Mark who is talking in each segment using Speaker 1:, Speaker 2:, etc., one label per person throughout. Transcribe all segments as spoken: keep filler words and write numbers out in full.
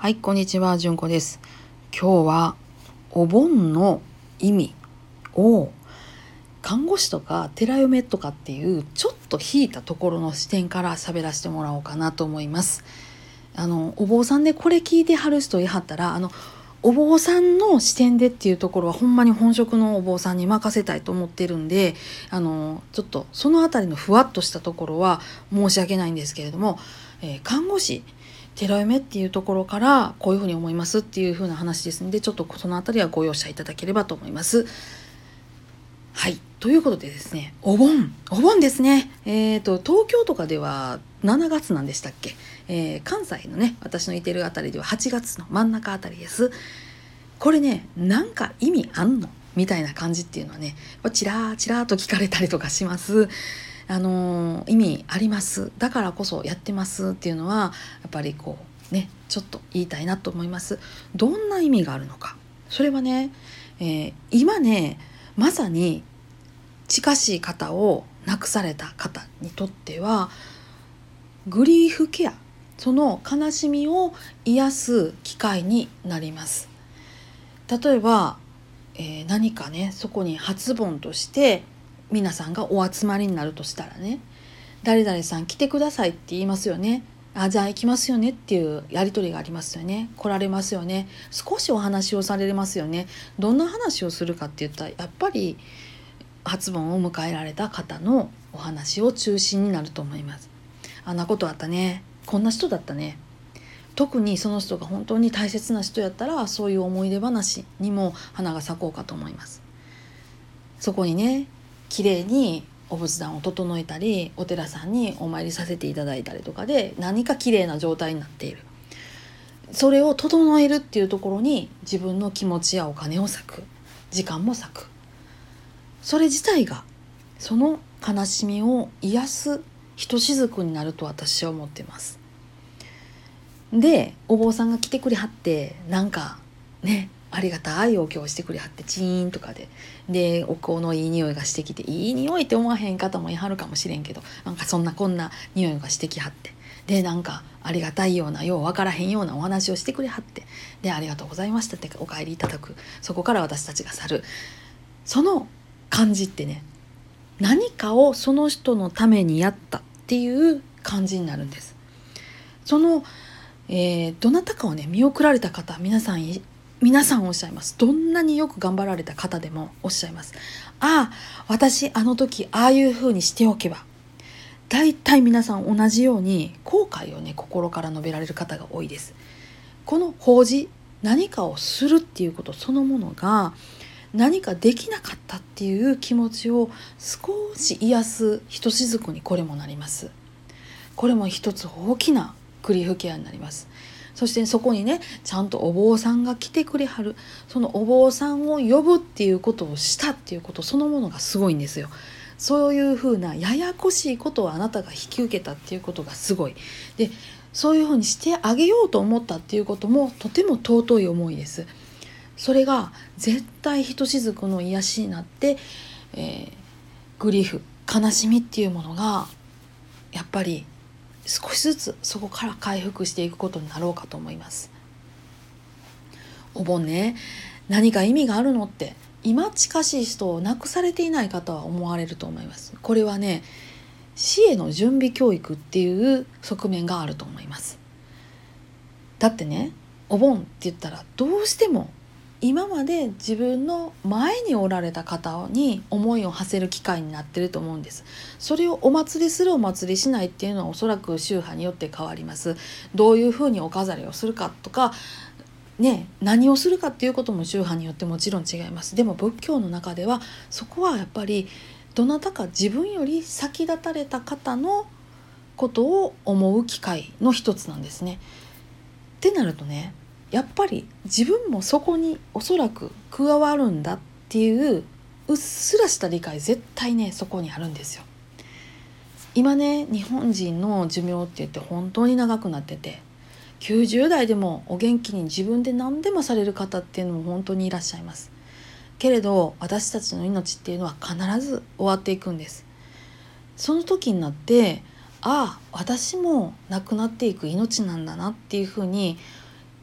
Speaker 1: はい、こんにちは、じゅんこです。今日はお盆の意味を看護師とか寺嫁とかっていうちょっと引いたところの視点から喋らせてもらおうかなと思います。あのお坊さんでこれ聞いてはる人いはったら、あのお坊さんの視点でっていうところはほんまに本職のお坊さんに任せたいと思ってるんで、あのちょっとそのあたりのふわっとしたところは申し訳ないんですけれども、えー看護師寺嫁っていうところからこういうふうに思いますっていうふうな話ですので、ちょっとそのあたりはご容赦いただければと思います。はい、ということでですね、お盆お盆ですね。えーと東京とかではしちがつなんでしたっけ、えー関西のね、私のいてるあたりでははちがつの真ん中あたりです。これね、なんか意味あんのみたいな感じっていうのはね、チラーチラーと聞かれたりとかします。あのー意味あります、だからこそやってますっていうのはやっぱりこうね、ちょっと言いたいなと思います。どんな意味があるのか、それはね、えー今ねまさに近しい方を亡くされた方にとってはグリーフケア、その悲しみを癒す機会になります。例えば、えー何かね、そこに初盆として皆さんがお集まりになるとしたらね、誰々さん来てくださいって言いますよね。あ、じゃあ行きますよねっていうやり取りがありますよね。来られますよね。少しお話をされますよね。どんな話をするかって言ったら、やっぱり初盆を迎えられた方のお話を中心になると思います。あんなことあったね、こんな人だったね。特にその人が本当に大切な人やったら、そういう思い出話にも花が咲こうかと思います。そこにね、綺麗にお仏壇を整えたり、お寺さんにお参りさせていただいたりとかで、何か綺麗な状態になっている、それを整えるっていうところに自分の気持ちやお金を割く、時間も割く、それ自体がその悲しみを癒すひとしずくになると私は思ってます。で、お坊さんが来てくれはって、なんかね、ありがたいお経をしてくれはって、チーンとかででお香のいい匂いがしてきて、いい匂いって思わへん方もいはるかもしれんけど、なんかそんなこんな匂いがしてきはって、でなんかありがたいような、ようわからへんようなお話をしてくれはって、でありがとうございましたってお帰りいただく、そこから私たちが去る、その感じってね、何かをその人のためにやったっていう感じになるんです。その、えーどなたかをね見送られた方、皆さん皆さんおっしゃいます。どんなによく頑張られた方でもおっしゃいます。ああ、私あの時ああいう風にしておけば。だいたい皆さん同じように後悔をね、心から述べられる方が多いです。この法事、何かをするっていうことそのものが、何かできなかったっていう気持ちを少し癒すひとしずくにこれもなります。これも一つ大きなグリーフケアになります。そしてそこにね、ちゃんとお坊さんが来てくれはる、そのお坊さんを呼ぶっていうことをしたっていうことそのものがすごいんですよ。そういうふうなややこしいことをあなたが引き受けたっていうことがすごい。で、そういうふうにしてあげようと思ったっていうこともとても尊い思いです。それが絶対ひとしずくの癒しになって、えーグリーフ、悲しみっていうものがやっぱり少しずつそこから回復していくことになろうかと思います。お盆ね、何か意味があるのって、今近しい人を亡くされていない方は思われると思います。これはね、死への準備教育っていう側面があると思います。だってね、お盆って言ったらどうしても今まで自分の前におられた方に思いを馳せる機会になってると思うんです。それをお祭りするお祭りしないっていうのはおそらく宗派によって変わります。どういうふうにお飾りをするかとかね、何をするかっていうことも宗派によってもちろん違います。でも仏教の中ではそこはやっぱりどなたか自分より先立たれた方のことを思う機会の一つなんですね。ってなるとね、やっぱり自分もそこにおそらく加わるんだっていううっすらした理解、絶対ねそこにあるんですよ。今ね、日本人の寿命って言って本当に長くなってて、きゅうじゅう代でもお元気に自分で何でもされる方っていうのも本当にいらっしゃいます。けれど私たちの命っていうのは必ず終わっていくんです。その時になって、ああ私も亡くなっていく命なんだなっていうふうに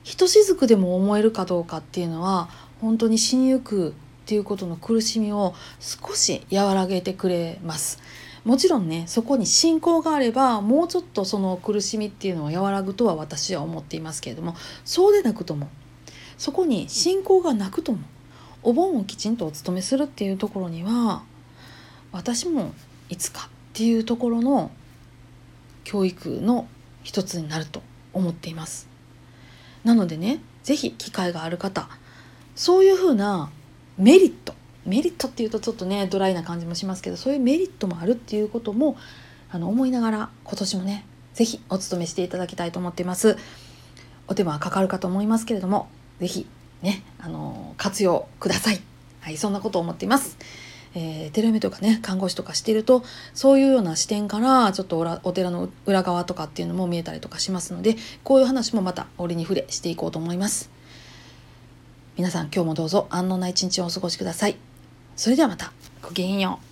Speaker 1: ひとしずくでも思えるかどうかっていうのは本当に死にゆくっていうことの苦しみを少し和らげてくれます。もちろんね、そこに信仰があればもうちょっとその苦しみっていうのは和らぐとは私は思っていますけれども、そうでなくともそこに信仰がなくともお盆をきちんとお勤めするっていうところには、私もいつかっていうところの教育の一つになると思っています。なのでね、ぜひ機会がある方、そういうふうなメリットメリットっていうとちょっとねドライな感じもしますけど、そういうメリットもあるっていうこともあの思いながら、今年もねぜひお勤めしていただきたいと思っています。お手間はかかるかと思いますけれども、ぜひねあの活用ください。はい、そんなことを思っています。えー、テレメとかね看護師とかしていると、そういうような視点からちょっとおらお寺の裏側とかっていうのも見えたりとかしますので、こういう話もまた折に触れしていこうと思います。皆さん今日もどうぞ安穏な一日をお過ごしください。それではまた。ごきげんよう。